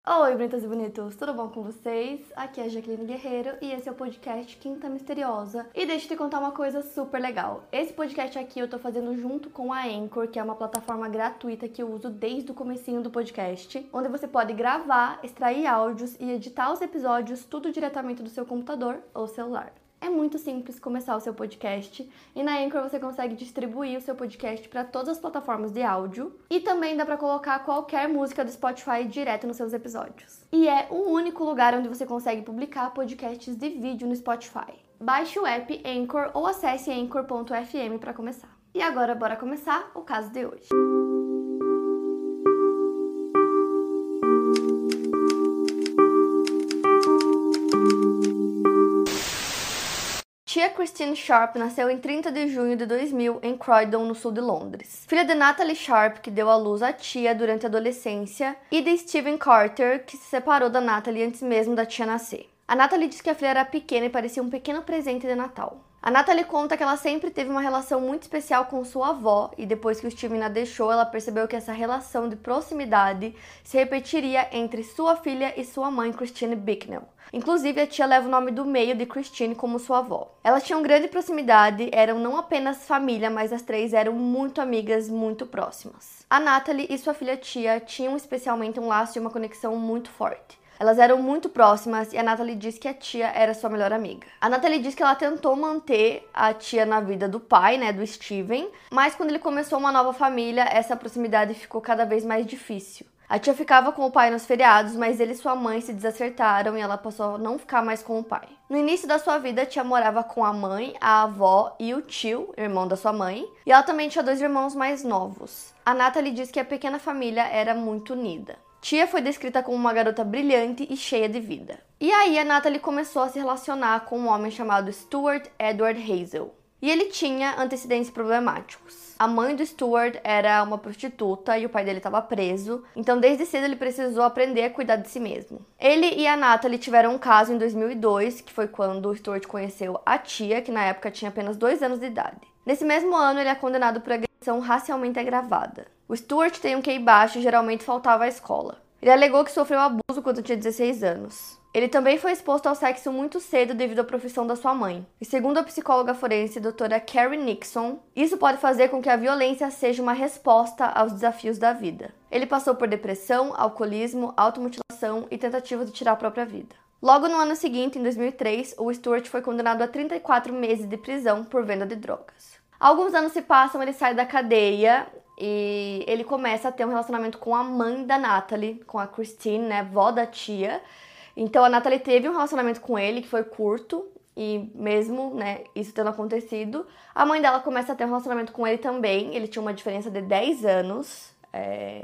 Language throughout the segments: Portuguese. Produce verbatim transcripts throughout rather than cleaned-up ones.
Oi, bonitas e bonitos, tudo bom com vocês? Aqui é a Jaqueline Guerreiro e esse é o podcast Quinta Misteriosa. E deixa eu te contar uma coisa super legal. Esse podcast aqui eu tô fazendo junto com a Anchor, que é uma plataforma gratuita que eu uso desde o comecinho do podcast, onde você pode gravar, extrair áudios e editar os episódios tudo diretamente do seu computador ou celular. É muito simples começar o seu podcast e na Anchor você consegue distribuir o seu podcast para todas as plataformas de áudio e também dá para colocar qualquer música do Spotify direto nos seus episódios. E é o único lugar onde você consegue publicar podcasts de vídeo no Spotify. Baixe o app Anchor ou acesse anchor ponto f m para começar. E agora bora começar o caso de hoje. Tia Christine Sharp nasceu em trinta de junho de dois mil em Croydon, no sul de Londres. Filha de Natalie Sharp, que deu à luz a tia durante a adolescência, e de Stephen Carter, que se separou da Natalie antes mesmo da tia nascer. A Natalie diz que a filha era pequena e parecia um pequeno presente de Natal. A Natalie conta que ela sempre teve uma relação muito especial com sua avó e depois que o Steven a deixou, ela percebeu que essa relação de proximidade se repetiria entre sua filha e sua mãe, Christine Bicknell. Inclusive, a tia leva o nome do meio de Christine como sua avó. Elas tinham grande proximidade, eram não apenas família, mas as três eram muito amigas, muito próximas. A Natalie e sua filha tia tinham especialmente um laço de uma conexão muito forte. Elas eram muito próximas e a Natalie diz que a tia era sua melhor amiga. A Natalie diz que ela tentou manter a tia na vida do pai, né, do Steven, mas quando ele começou uma nova família, essa proximidade ficou cada vez mais difícil. A tia ficava com o pai nos feriados, mas ele e sua mãe se desacertaram e ela passou a não ficar mais com o pai. No início da sua vida, a tia morava com a mãe, a avó e o tio, irmão da sua mãe, e ela também tinha dois irmãos mais novos. A Natalie diz que a pequena família era muito unida. Tia foi descrita como uma garota brilhante e cheia de vida. E aí a Natalie começou a se relacionar com um homem chamado Stuart Edward Hazel. E ele tinha antecedentes problemáticos. A mãe do Stuart era uma prostituta e o pai dele estava preso, então desde cedo ele precisou aprender a cuidar de si mesmo. Ele e a Natalie tiveram um caso em dois mil e dois, que foi quando o Stuart conheceu a tia, que na época tinha apenas dois anos de idade. Nesse mesmo ano, ele é condenado por agressão racialmente agravada. O Stuart tem um Q I baixo e geralmente faltava à escola. Ele alegou que sofreu abuso quando tinha dezesseis anos. Ele também foi exposto ao sexo muito cedo devido à profissão da sua mãe. E segundo a psicóloga forense, doutora Carrie Nixon, isso pode fazer com que a violência seja uma resposta aos desafios da vida. Ele passou por depressão, alcoolismo, automutilação e tentativa de tirar a própria vida. Logo no ano seguinte, em dois mil e três, o Stuart foi condenado a trinta e quatro meses de prisão por venda de drogas. Alguns anos se passam, ele sai da cadeia e ele começa a ter um relacionamento com a mãe da Natalie, com a Christine, né, vó da tia. Então a Natalie teve um relacionamento com ele que foi curto e mesmo, né, isso tendo acontecido, a mãe dela começa a ter um relacionamento com ele também. Ele tinha uma diferença de dez anos. É...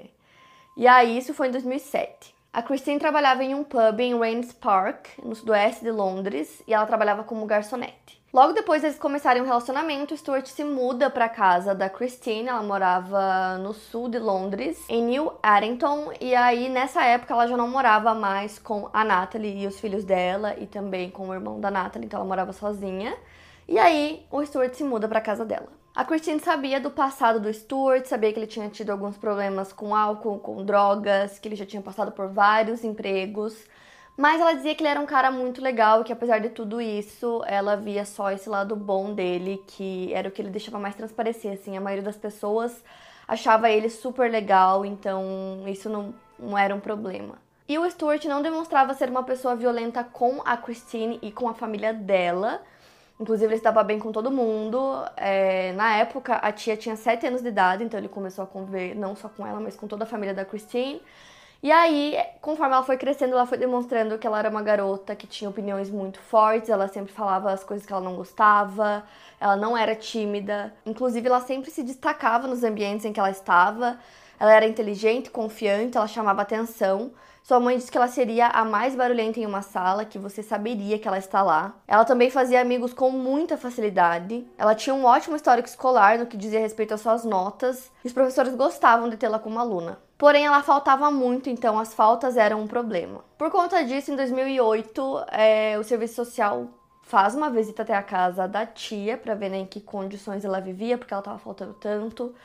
E aí isso foi em dois mil e sete. A Christine trabalhava em um pub em Raynes Park, no sudoeste de Londres, e ela trabalhava como garçonete. Logo depois deles começarem um relacionamento, Stuart se muda para a casa da Christine. Ela morava no sul de Londres, em New Addington, e aí nessa época ela já não morava mais com a Natalie e os filhos dela, e também com o irmão da Natalie, então ela morava sozinha. E aí o Stuart se muda para a casa dela. A Christine sabia do passado do Stuart, sabia que ele tinha tido alguns problemas com álcool, com drogas, que ele já tinha passado por vários empregos. Mas ela dizia que ele era um cara muito legal e que apesar de tudo isso, ela via só esse lado bom dele, que era o que ele deixava mais transparecer, assim. A maioria das pessoas achava ele super legal, então isso não, não era um problema. E o Stuart não demonstrava ser uma pessoa violenta com a Christine e com a família dela. Inclusive, ele se dava bem com todo mundo. É, na época, a tia tinha sete anos de idade, então ele começou a conviver não só com ela, mas com toda a família da Christine. E aí, conforme ela foi crescendo, ela foi demonstrando que ela era uma garota que tinha opiniões muito fortes, ela sempre falava as coisas que ela não gostava, ela não era tímida. Inclusive, ela sempre se destacava nos ambientes em que ela estava. Ela era inteligente, confiante, ela chamava atenção. Sua mãe disse que ela seria a mais barulhenta em uma sala, que você saberia que ela está lá. Ela também fazia amigos com muita facilidade. Ela tinha um ótimo histórico escolar no que dizia respeito às suas notas, e os professores gostavam de tê-la como aluna. Porém, ela faltava muito, então as faltas eram um problema. Por conta disso, em dois mil e oito, é, o serviço social faz uma visita até a casa da tia para ver, né, em que condições ela vivia, porque ela estava faltando tanto.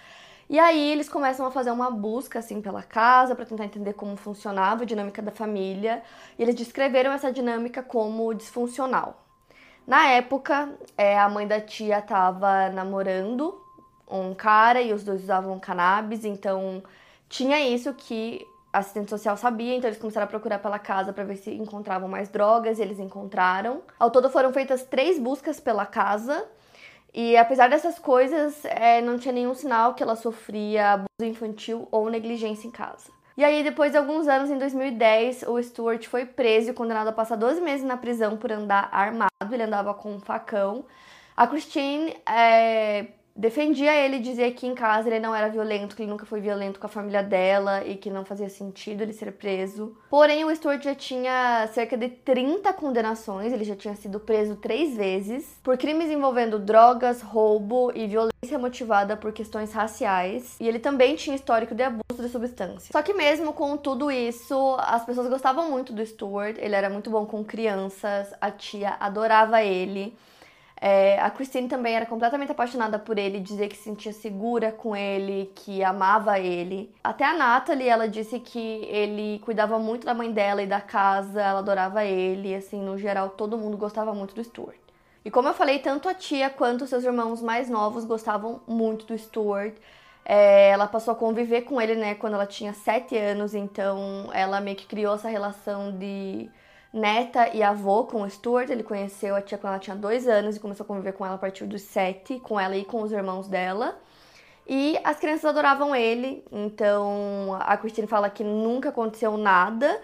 E aí eles começam a fazer uma busca assim pela casa para tentar entender como funcionava a dinâmica da família. E eles descreveram essa dinâmica como disfuncional. Na época, é, a mãe da tia estava namorando um cara e os dois usavam cannabis, então tinha isso que a assistente social sabia, então eles começaram a procurar pela casa para ver se encontravam mais drogas, e eles encontraram. Ao todo foram feitas três buscas pela casa, e apesar dessas coisas, é, não tinha nenhum sinal que ela sofria abuso infantil ou negligência em casa. E aí, depois de alguns anos, em dois mil e dez, o Stuart foi preso e condenado a passar doze meses na prisão por andar armado. Ele andava com um facão. A Christine é, defendia ele, dizia que em casa ele não era violento, que ele nunca foi violento com a família dela e que não fazia sentido ele ser preso. Porém, o Stuart já tinha cerca de trinta condenações, ele já tinha sido preso três vezes por crimes envolvendo drogas, roubo e violência motivada por questões raciais. E ele também tinha histórico de abuso de substâncias. Só que mesmo com tudo isso, as pessoas gostavam muito do Stuart, ele era muito bom com crianças, a tia adorava ele. É, a Christine também era completamente apaixonada por ele, dizia que se sentia segura com ele, que amava ele. Até a Natalie, ela disse que ele cuidava muito da mãe dela e da casa, ela adorava ele, assim, no geral, todo mundo gostava muito do Stuart. E como eu falei, tanto a tia quanto os seus irmãos mais novos gostavam muito do Stuart. É, ela passou a conviver com ele, né, quando ela tinha sete anos, então ela meio que criou essa relação de neta e avô com o Stuart. Ele conheceu a tia quando ela tinha dois anos e começou a conviver com ela a partir dos sete, com ela e com os irmãos dela. E as crianças adoravam ele, então a Christine fala que nunca aconteceu nada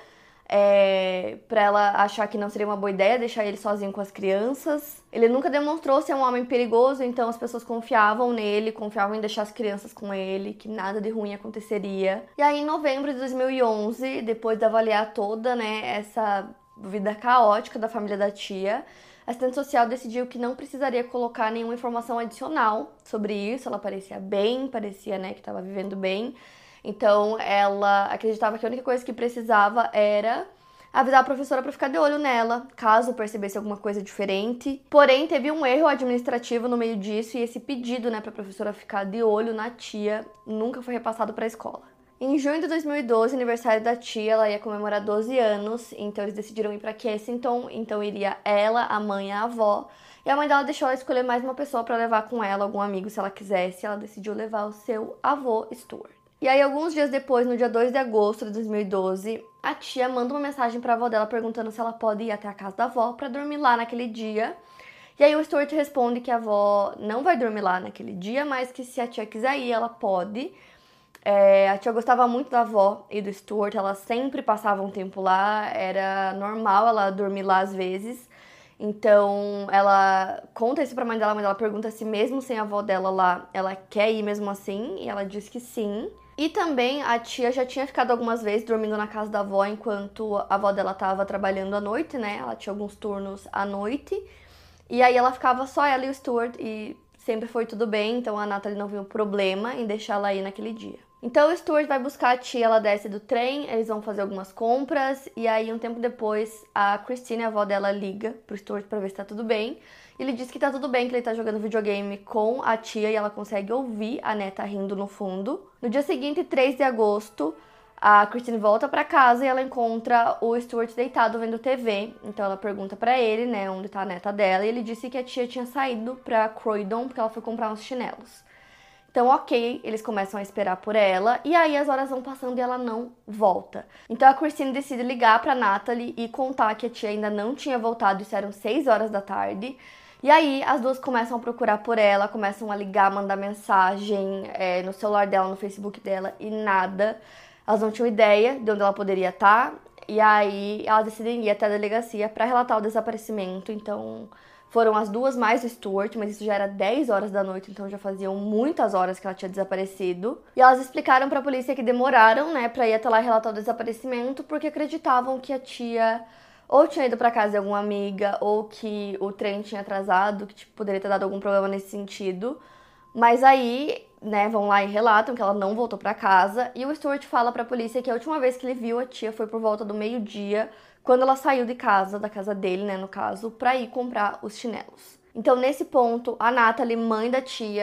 é, pra ela achar que não seria uma boa ideia deixar ele sozinho com as crianças. Ele nunca demonstrou ser um homem perigoso, então as pessoas confiavam nele, confiavam em deixar as crianças com ele, que nada de ruim aconteceria. E aí, em novembro de dois mil e onze, depois de avaliar toda, né, essa vida caótica da família da tia, a assistente social decidiu que não precisaria colocar nenhuma informação adicional sobre isso. Ela parecia bem, parecia, né, que estava vivendo bem. Então, ela acreditava que a única coisa que precisava era avisar a professora para ficar de olho nela, caso percebesse alguma coisa diferente. Porém, teve um erro administrativo no meio disso e esse pedido, né, para a professora ficar de olho na tia nunca foi repassado para a escola. Em junho de dois mil e doze, aniversário da tia, ela ia comemorar doze anos, então eles decidiram ir para Kensington, então iria ela, a mãe e a avó. E a mãe dela deixou ela escolher mais uma pessoa para levar com ela, algum amigo se ela quisesse, ela decidiu levar o seu avô, Stuart. E aí, alguns dias depois, no dia dois de agosto de dois mil e doze, a tia manda uma mensagem para a avó dela perguntando se ela pode ir até a casa da avó para dormir lá naquele dia. E aí o Stuart responde que a avó não vai dormir lá naquele dia, mas que se a tia quiser ir, ela pode. É, a tia gostava muito da avó e do Stuart, ela sempre passava um tempo lá, era normal ela dormir lá às vezes. Então ela conta isso pra mãe dela, a mãe dela pergunta se mesmo sem a avó dela lá, ela quer ir mesmo assim, e ela diz que sim. E também a tia já tinha ficado algumas vezes dormindo na casa da avó enquanto a avó dela tava trabalhando à noite, né? Ela tinha alguns turnos à noite. E aí ela ficava só ela e o Stuart e sempre foi tudo bem, então a Natalie não viu problema em deixar ela ir naquele dia. Então o Stuart vai buscar a tia, ela desce do trem, eles vão fazer algumas compras e aí um tempo depois a Christine, a avó dela, liga pro Stuart pra ver se tá tudo bem. Ele diz que tá tudo bem, que ele tá jogando videogame com a tia e ela consegue ouvir a neta rindo no fundo. No dia seguinte, três de agosto, a Christine volta pra casa e ela encontra o Stuart deitado vendo T V. Então ela pergunta pra ele, né, onde tá a neta dela, e ele disse que a tia tinha saído pra Croydon porque ela foi comprar uns chinelos. Então, ok, eles começam a esperar por ela, e aí as horas vão passando e ela não volta. Então a Christine decide ligar pra Natalie e contar que a tia ainda não tinha voltado, isso eram seis horas da tarde. E aí as duas começam a procurar por ela, começam a ligar, mandar mensagem é, no celular dela, no Facebook dela, e nada. Elas não tinham ideia de onde ela poderia estar, e aí elas decidem ir até a delegacia pra relatar o desaparecimento. Então foram as duas mais o Stuart, mas isso já era dez horas da noite, então já faziam muitas horas que ela tinha desaparecido. E elas explicaram pra polícia que demoraram, né, pra ir até lá relatar o desaparecimento, porque acreditavam que a tia ou tinha ido pra casa de alguma amiga, ou que o trem tinha atrasado, que tipo, poderia ter dado algum problema nesse sentido. Mas aí, né, vão lá e relatam que ela não voltou pra casa, e o Stuart fala pra polícia que a última vez que ele viu a tia foi por volta do meio-dia, quando ela saiu de casa, da casa dele, né, no caso, pra ir comprar os chinelos. Então, nesse ponto, a Natalie, mãe da tia,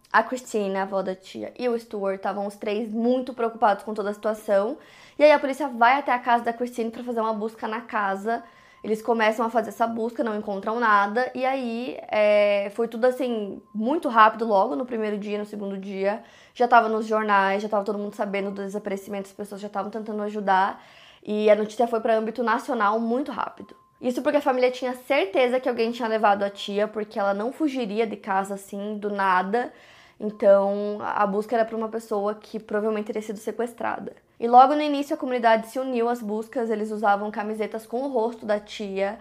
A Christine, a avó da tia, e o Stuart estavam os três muito preocupados com toda a situação. E aí a polícia vai até a casa da Christine para fazer uma busca na casa. Eles começam a fazer essa busca, não encontram nada. E aí é, foi tudo assim, muito rápido logo no primeiro dia, no segundo dia. Já tava nos jornais, já tava todo mundo sabendo do desaparecimento, as pessoas já estavam tentando ajudar. E a notícia foi para âmbito nacional muito rápido. Isso porque a família tinha certeza que alguém tinha levado a tia, porque ela não fugiria de casa assim, do nada. Então, a busca era para uma pessoa que provavelmente teria sido sequestrada. E logo no início a comunidade se uniu às buscas, eles usavam camisetas com o rosto da tia,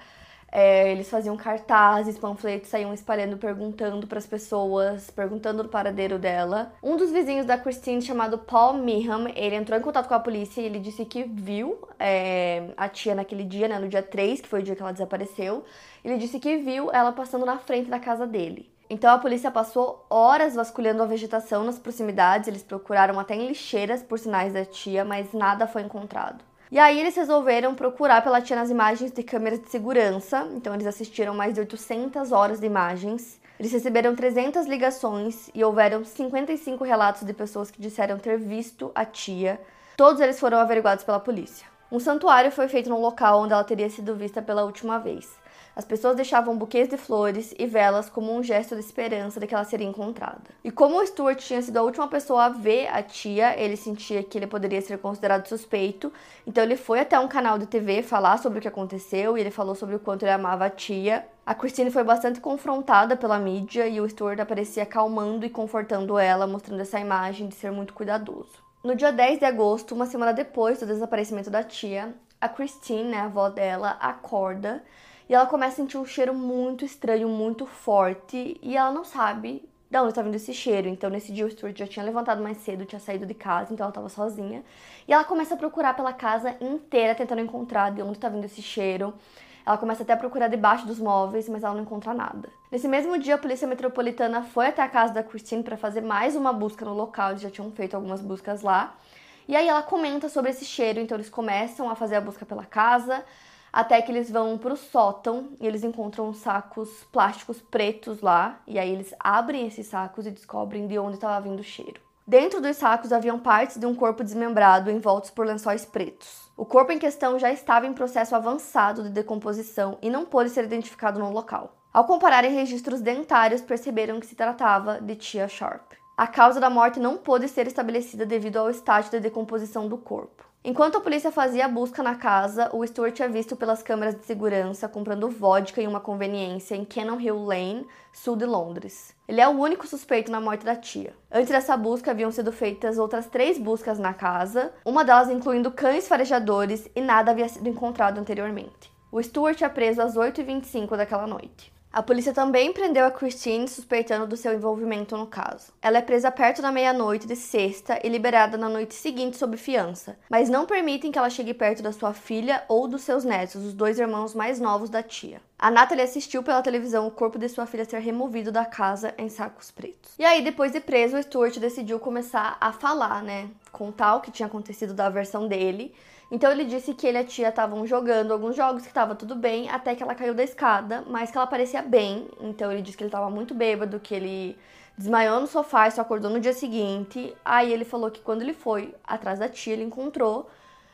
é, eles faziam cartazes, panfletos, saíam espalhando, perguntando para as pessoas, perguntando do paradeiro dela. Um dos vizinhos da Christine, chamado Paul Meehan, ele entrou em contato com a polícia e ele disse que viu é, a tia naquele dia, né, no dia três, que foi o dia que ela desapareceu. Ele disse que viu ela passando na frente da casa dele. Então a polícia passou horas vasculhando a vegetação nas proximidades, eles procuraram até em lixeiras por sinais da tia, mas nada foi encontrado. E aí eles resolveram procurar pela tia nas imagens de câmeras de segurança, então eles assistiram mais de oitocentas horas de imagens. Eles receberam trezentas ligações e houveram cinquenta e cinco relatos de pessoas que disseram ter visto a tia. Todos eles foram averiguados pela polícia. Um santuário foi feito no local onde ela teria sido vista pela última vez. As pessoas deixavam buquês de flores e velas como um gesto de esperança de que ela seria encontrada. E como o Stuart tinha sido a última pessoa a ver a tia, ele sentia que ele poderia ser considerado suspeito. Então ele foi até um canal de T V falar sobre o que aconteceu e ele falou sobre o quanto ele amava a tia. A Christine foi bastante confrontada pela mídia e o Stuart aparecia acalmando e confortando ela, mostrando essa imagem de ser muito cuidadoso. No dia dez de agosto, uma semana depois do desaparecimento da tia, a Christine, né, a avó dela, acorda e ela começa a sentir um cheiro muito estranho, muito forte, e ela não sabe de onde está vindo esse cheiro. Então, nesse dia, o Stuart já tinha levantado mais cedo, tinha saído de casa, então ela estava sozinha. E ela começa a procurar pela casa inteira, tentando encontrar de onde está vindo esse cheiro. Ela começa até a procurar debaixo dos móveis, mas ela não encontra nada. Nesse mesmo dia, a Polícia Metropolitana foi até a casa da Christine para fazer mais uma busca no local. Eles já tinham feito algumas buscas lá. E aí ela comenta sobre esse cheiro, então eles começam a fazer a busca pela casa, até que eles vão pro sótão e eles encontram sacos plásticos pretos lá. E aí eles abrem esses sacos e descobrem de onde estava vindo o cheiro. Dentro dos sacos haviam partes de um corpo desmembrado envoltos por lençóis pretos. O corpo em questão já estava em processo avançado de decomposição e não pôde ser identificado no local. Ao compararem registros dentários, perceberam que se tratava de Tia Sharp. A causa da morte não pôde ser estabelecida devido ao estágio de decomposição do corpo. Enquanto a polícia fazia a busca na casa, o Stuart é visto pelas câmeras de segurança comprando vodka em uma conveniência em Cannon Hill Lane, sul de Londres. Ele é o único suspeito na morte da tia. Antes dessa busca, haviam sido feitas outras três buscas na casa, uma delas incluindo cães farejadores, e nada havia sido encontrado anteriormente. O Stuart é preso às oito e vinte e cinco daquela noite. A polícia também prendeu a Christine, suspeitando do seu envolvimento no caso. Ela é presa perto da meia-noite de sexta e liberada na noite seguinte sob fiança, mas não permitem que ela chegue perto da sua filha ou dos seus netos, os dois irmãos mais novos da tia. A Natalie assistiu pela televisão o corpo de sua filha ser removido da casa em sacos pretos. E aí, depois de preso, o Stuart decidiu começar a falar, né? Contar o que tinha acontecido da versão dele. Então ele disse que ele e a tia estavam jogando alguns jogos, que estava tudo bem, até que ela caiu da escada, mas que ela parecia bem. Então ele disse que ele estava muito bêbado, que ele desmaiou no sofá e só acordou no dia seguinte. Aí ele falou que quando ele foi atrás da tia, ele encontrou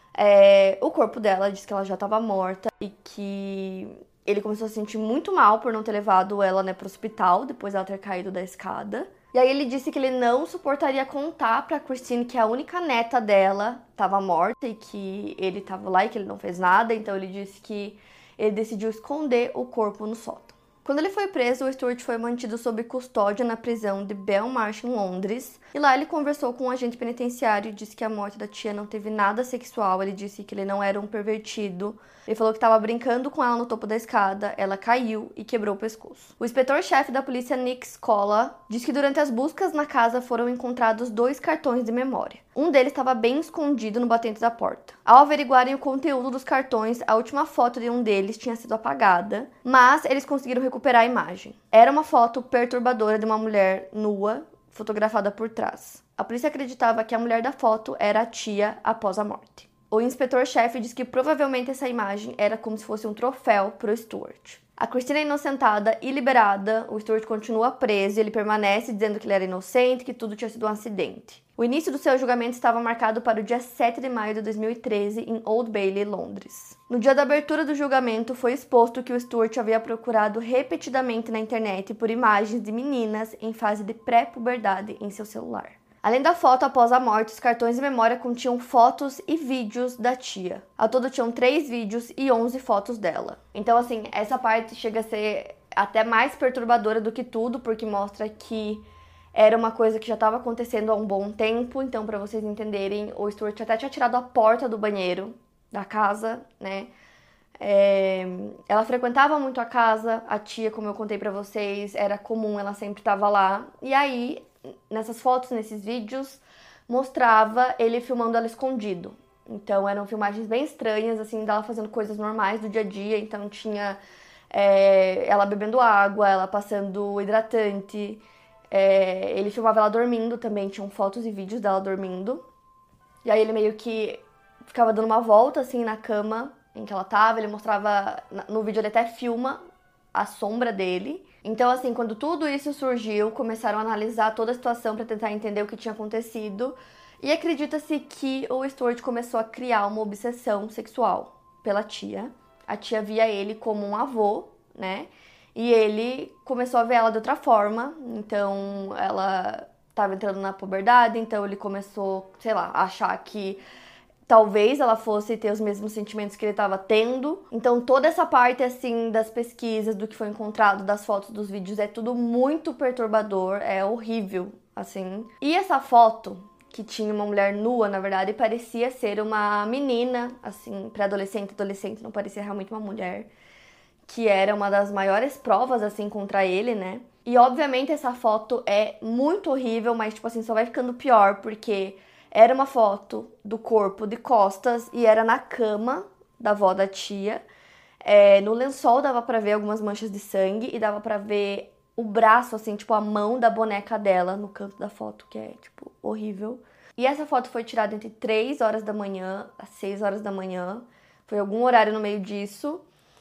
é, o corpo dela, disse que ela já estava morta e que ele começou a se sentir muito mal por não ter levado ela, né, pro hospital, depois dela ter caído da escada. E aí ele disse que ele não suportaria contar pra Christine que a única neta dela estava morta e que ele estava lá e que ele não fez nada. Então ele disse que ele decidiu esconder o corpo no sótão. Quando ele foi preso, o Stuart foi mantido sob custódia na prisão de Belmarsh, em Londres. E lá ele conversou com um agente penitenciário e disse que a morte da tia não teve nada sexual. Ele disse que ele não era um pervertido. Ele falou que estava brincando com ela no topo da escada, ela caiu e quebrou o pescoço. O inspetor-chefe da polícia, Nick Scola, disse que durante as buscas na casa foram encontrados dois cartões de memória. Um deles estava bem escondido no batente da porta. Ao averiguarem o conteúdo dos cartões, a última foto de um deles tinha sido apagada, mas eles conseguiram recuperar a imagem. Era uma foto perturbadora de uma mulher nua, fotografada por trás. A polícia acreditava que a mulher da foto era a tia após a morte. O inspetor-chefe diz que provavelmente essa imagem era como se fosse um troféu pro Stuart. A Christine é inocentada e liberada, o Stuart continua preso e ele permanece dizendo que ele era inocente, que tudo tinha sido um acidente. O início do seu julgamento estava marcado para o dia sete de maio de dois mil e treze, em Old Bailey, Londres. No dia da abertura do julgamento, foi exposto que o Stuart havia procurado repetidamente na internet por imagens de meninas em fase de pré-puberdade em seu celular. Além da foto após a morte, os cartões de memória continham fotos e vídeos da tia. Ao todo tinham três vídeos e onze fotos dela. Então, assim, essa parte chega a ser até mais perturbadora do que tudo, porque mostra que era uma coisa que já estava acontecendo há um bom tempo. Então, para vocês entenderem, o Stuart até tinha tirado a porta do banheiro da casa, né? É... Ela frequentava muito a casa, a tia, como eu contei pra vocês, era comum, ela sempre estava lá. E aí, nessas fotos, nesses vídeos, mostrava ele filmando ela escondido. Então eram filmagens bem estranhas, assim, dela fazendo coisas normais do dia a dia. Então tinha é, ela bebendo água, ela passando hidratante. É, ele filmava ela dormindo também, tinham fotos e vídeos dela dormindo. E aí ele meio que ficava dando uma volta, assim, na cama em que ela tava. Ele mostrava, no vídeo ele até filma a sombra dele. Então, assim, quando tudo isso surgiu, começaram a analisar toda a situação para tentar entender o que tinha acontecido. E acredita-se que o Stuart começou a criar uma obsessão sexual pela tia. A tia via ele como um avô, né? E ele começou a ver ela de outra forma. Então, ela estava entrando na puberdade, então ele começou, sei lá, a achar que talvez ela fosse ter os mesmos sentimentos que ele estava tendo. Então toda essa parte, assim, das pesquisas, do que foi encontrado, das fotos, dos vídeos, é tudo muito perturbador, é horrível, assim. E essa foto, que tinha uma mulher nua, na verdade, parecia ser uma menina, assim, pré-adolescente, adolescente, não parecia realmente uma mulher, que era uma das maiores provas, assim, contra ele, né? E obviamente essa foto é muito horrível, mas, tipo assim, só vai ficando pior, porque era uma foto do corpo de costas e era na cama da avó da tia. É, no lençol dava pra ver algumas manchas de sangue e dava pra ver o braço, assim, tipo a mão da boneca dela no canto da foto, que é, tipo, horrível. E essa foto foi tirada entre três horas da manhã às seis horas da manhã. Foi algum horário no meio disso.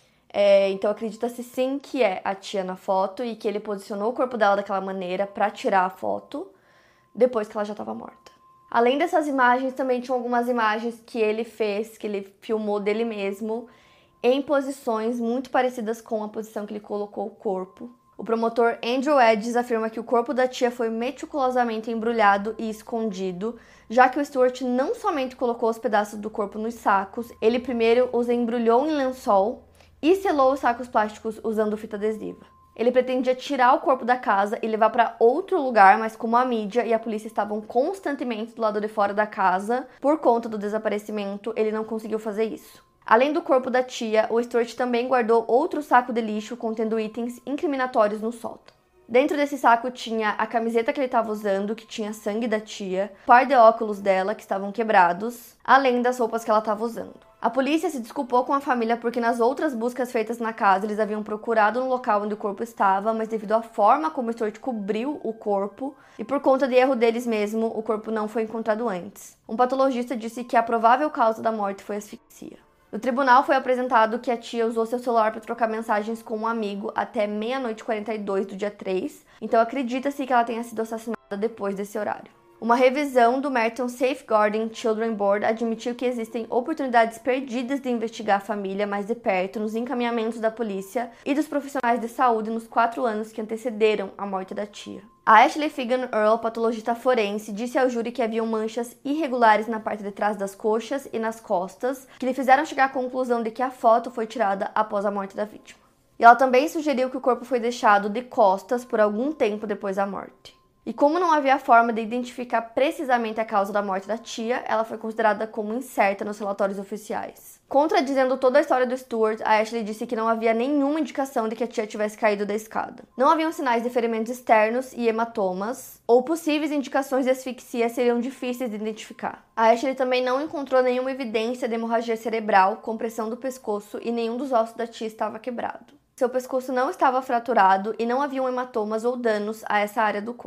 É, então acredita-se sim que é a tia na foto e que ele posicionou o corpo dela daquela maneira pra tirar a foto depois que ela já estava morta. Além dessas imagens, também tinham algumas imagens que ele fez, que ele filmou dele mesmo, em posições muito parecidas com a posição que ele colocou o corpo. O promotor Andrew Edges afirma que o corpo da tia foi meticulosamente embrulhado e escondido, já que o Stuart não somente colocou os pedaços do corpo nos sacos, ele primeiro os embrulhou em lençol e selou os sacos plásticos usando fita adesiva. Ele pretendia tirar o corpo da casa e levar para outro lugar, mas como a mídia e a polícia estavam constantemente do lado de fora da casa por conta do desaparecimento, ele não conseguiu fazer isso. Além do corpo da tia, o Stuart também guardou outro saco de lixo contendo itens incriminatórios no sótão. Dentro desse saco tinha a camiseta que ele estava usando, que tinha sangue da tia, o par de óculos dela, que estavam quebrados, além das roupas que ela estava usando. A polícia se desculpou com a família porque nas outras buscas feitas na casa eles haviam procurado no local onde o corpo estava, mas devido à forma como o Stuart cobriu o corpo e por conta de erro deles mesmo, o corpo não foi encontrado antes. Um patologista disse que a provável causa da morte foi asfixia. No tribunal foi apresentado que a tia usou seu celular para trocar mensagens com um amigo até meia-noite e quarenta e dois do dia três, então acredita-se que ela tenha sido assassinada depois desse horário. Uma revisão do Merton Safeguarding Children Board admitiu que existem oportunidades perdidas de investigar a família mais de perto nos encaminhamentos da polícia e dos profissionais de saúde nos quatro anos que antecederam a morte da tia. A Ashley Figan Earl, patologista forense, disse ao júri que haviam manchas irregulares na parte de trás das coxas e nas costas, que lhe fizeram chegar à conclusão de que a foto foi tirada após a morte da vítima. E ela também sugeriu que o corpo foi deixado de costas por algum tempo depois da morte. E como não havia forma de identificar precisamente a causa da morte da tia, ela foi considerada como incerta nos relatórios oficiais. Contradizendo toda a história do Stuart, a Ashley disse que não havia nenhuma indicação de que a tia tivesse caído da escada. Não haviam sinais de ferimentos externos e hematomas, ou possíveis indicações de asfixia seriam difíceis de identificar. A Ashley também não encontrou nenhuma evidência de hemorragia cerebral, compressão do pescoço e nenhum dos ossos da tia estava quebrado. Seu pescoço não estava fraturado e não haviam hematomas ou danos a essa área do corpo.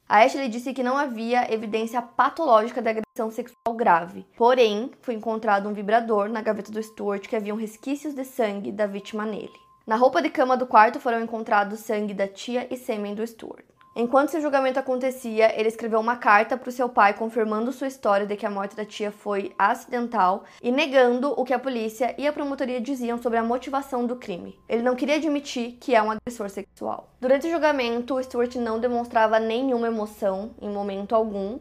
A Ashley disse que não havia evidência patológica de agressão sexual grave, porém, foi encontrado um vibrador na gaveta do Stuart que haviam resquícios de sangue da vítima nele. Na roupa de cama do quarto foram encontrados sangue da tia e sêmen do Stuart. Enquanto seu julgamento acontecia, ele escreveu uma carta para o seu pai confirmando sua história de que a morte da tia foi acidental e negando o que a polícia e a promotoria diziam sobre a motivação do crime. Ele não queria admitir que é um agressor sexual. Durante o julgamento, o Stuart não demonstrava nenhuma emoção em momento algum.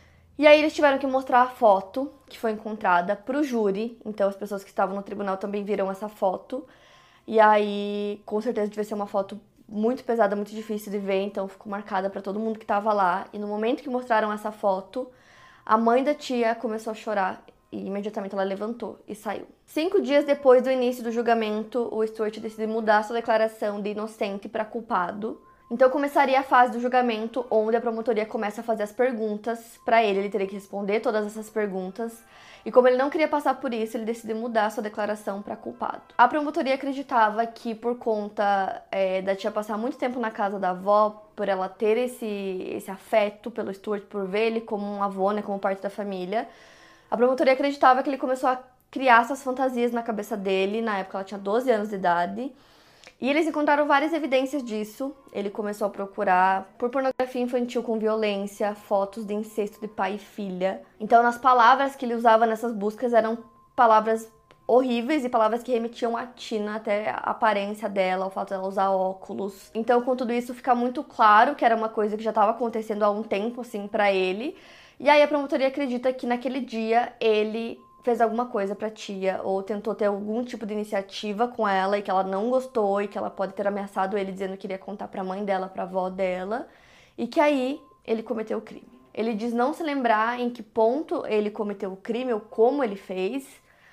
E aí eles tiveram que mostrar a foto que foi encontrada para o júri. Então as pessoas que estavam no tribunal também viram essa foto. E aí, com certeza, devia ser uma foto muito pesada, muito difícil de ver, então ficou marcada para todo mundo que estava lá. E no momento que mostraram essa foto, a mãe da tia começou a chorar e imediatamente ela levantou e saiu. Cinco dias depois do início do julgamento, o Stuart decidiu mudar sua declaração de inocente para culpado. Então começaria a fase do julgamento, onde a promotoria começa a fazer as perguntas para ele. Ele teria que responder todas essas perguntas. E como ele não queria passar por isso, ele decidiu mudar sua declaração para culpado. A promotoria acreditava que por conta é, da tia passar muito tempo na casa da avó, por ela ter esse, esse afeto pelo Stuart, por ver ele como um avô, né, como parte da família, a promotoria acreditava que ele começou a criar essas fantasias na cabeça dele. Na época ela tinha doze anos de idade. E eles encontraram várias evidências disso. Ele começou a procurar por pornografia infantil com violência, fotos de incesto de pai e filha. Então, nas palavras que ele usava nessas buscas eram palavras horríveis e palavras que remetiam a Tina, até a aparência dela, o fato dela usar óculos. Então, com tudo isso, fica muito claro que era uma coisa que já estava acontecendo há um tempo, assim, pra ele. E aí a promotoria acredita que naquele dia ele fez alguma coisa pra tia, ou tentou ter algum tipo de iniciativa com ela e que ela não gostou e que ela pode ter ameaçado ele dizendo que iria contar pra mãe dela, pra avó dela, e que aí ele cometeu o crime. Ele diz não se lembrar em que ponto ele cometeu o crime ou como ele fez,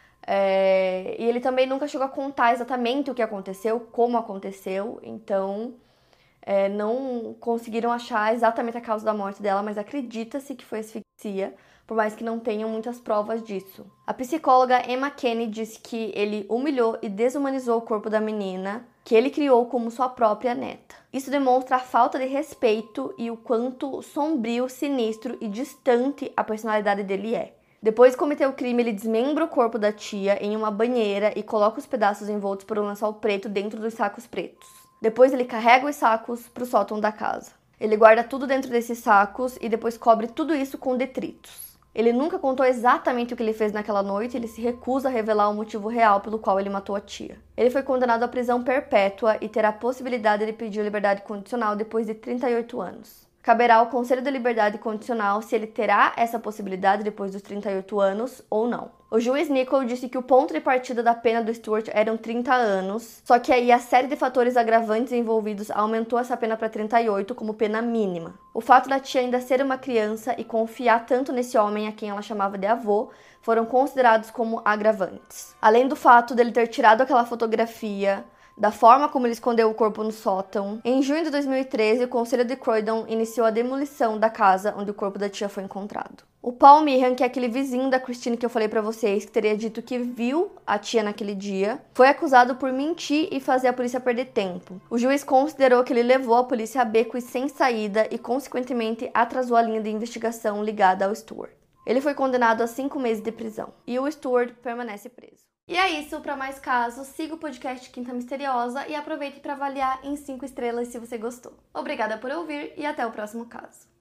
é... e ele também nunca chegou a contar exatamente o que aconteceu, como aconteceu, então é, não conseguiram achar exatamente a causa da morte dela, mas acredita-se que foi asfixia, por mais que não tenham muitas provas disso. A psicóloga Emma Kenny disse que ele humilhou e desumanizou o corpo da menina, que ele criou como sua própria neta. Isso demonstra a falta de respeito e o quanto sombrio, sinistro e distante a personalidade dele é. Depois de cometer o crime, ele desmembra o corpo da tia em uma banheira e coloca os pedaços envoltos por um lençol preto dentro dos sacos pretos. Depois ele carrega os sacos para o sótão da casa. Ele guarda tudo dentro desses sacos e depois cobre tudo isso com detritos. Ele nunca contou exatamente o que ele fez naquela noite e ele se recusa a revelar o motivo real pelo qual ele matou a tia. Ele foi condenado à prisão perpétua e terá a possibilidade de pedir liberdade condicional depois de trinta e oito anos. Caberá ao Conselho de Liberdade Condicional se ele terá essa possibilidade depois dos trinta e oito anos ou não. O juiz Nicol disse que o ponto de partida da pena do Stuart eram trinta anos, só que aí a série de fatores agravantes envolvidos aumentou essa pena para trinta e oito como pena mínima. O fato da tia ainda ser uma criança e confiar tanto nesse homem a quem ela chamava de avô foram considerados como agravantes. Além do fato dele ter tirado aquela fotografia, da forma como ele escondeu o corpo no sótão. Em junho de dois mil e treze, o Conselho de Croydon iniciou a demolição da casa onde o corpo da tia foi encontrado. O Paul Meehan, que é aquele vizinho da Christine que eu falei pra vocês, que teria dito que viu a tia naquele dia, foi acusado por mentir e fazer a polícia perder tempo. O juiz considerou que ele levou a polícia a becos sem saída e, consequentemente, atrasou a linha de investigação ligada ao Stuart. Ele foi condenado a cinco meses de prisão. E o Stuart permanece preso. E é isso, para mais casos, siga o podcast Quinta Misteriosa e aproveite para avaliar em cinco estrelas se você gostou. Obrigada por ouvir e até o próximo caso.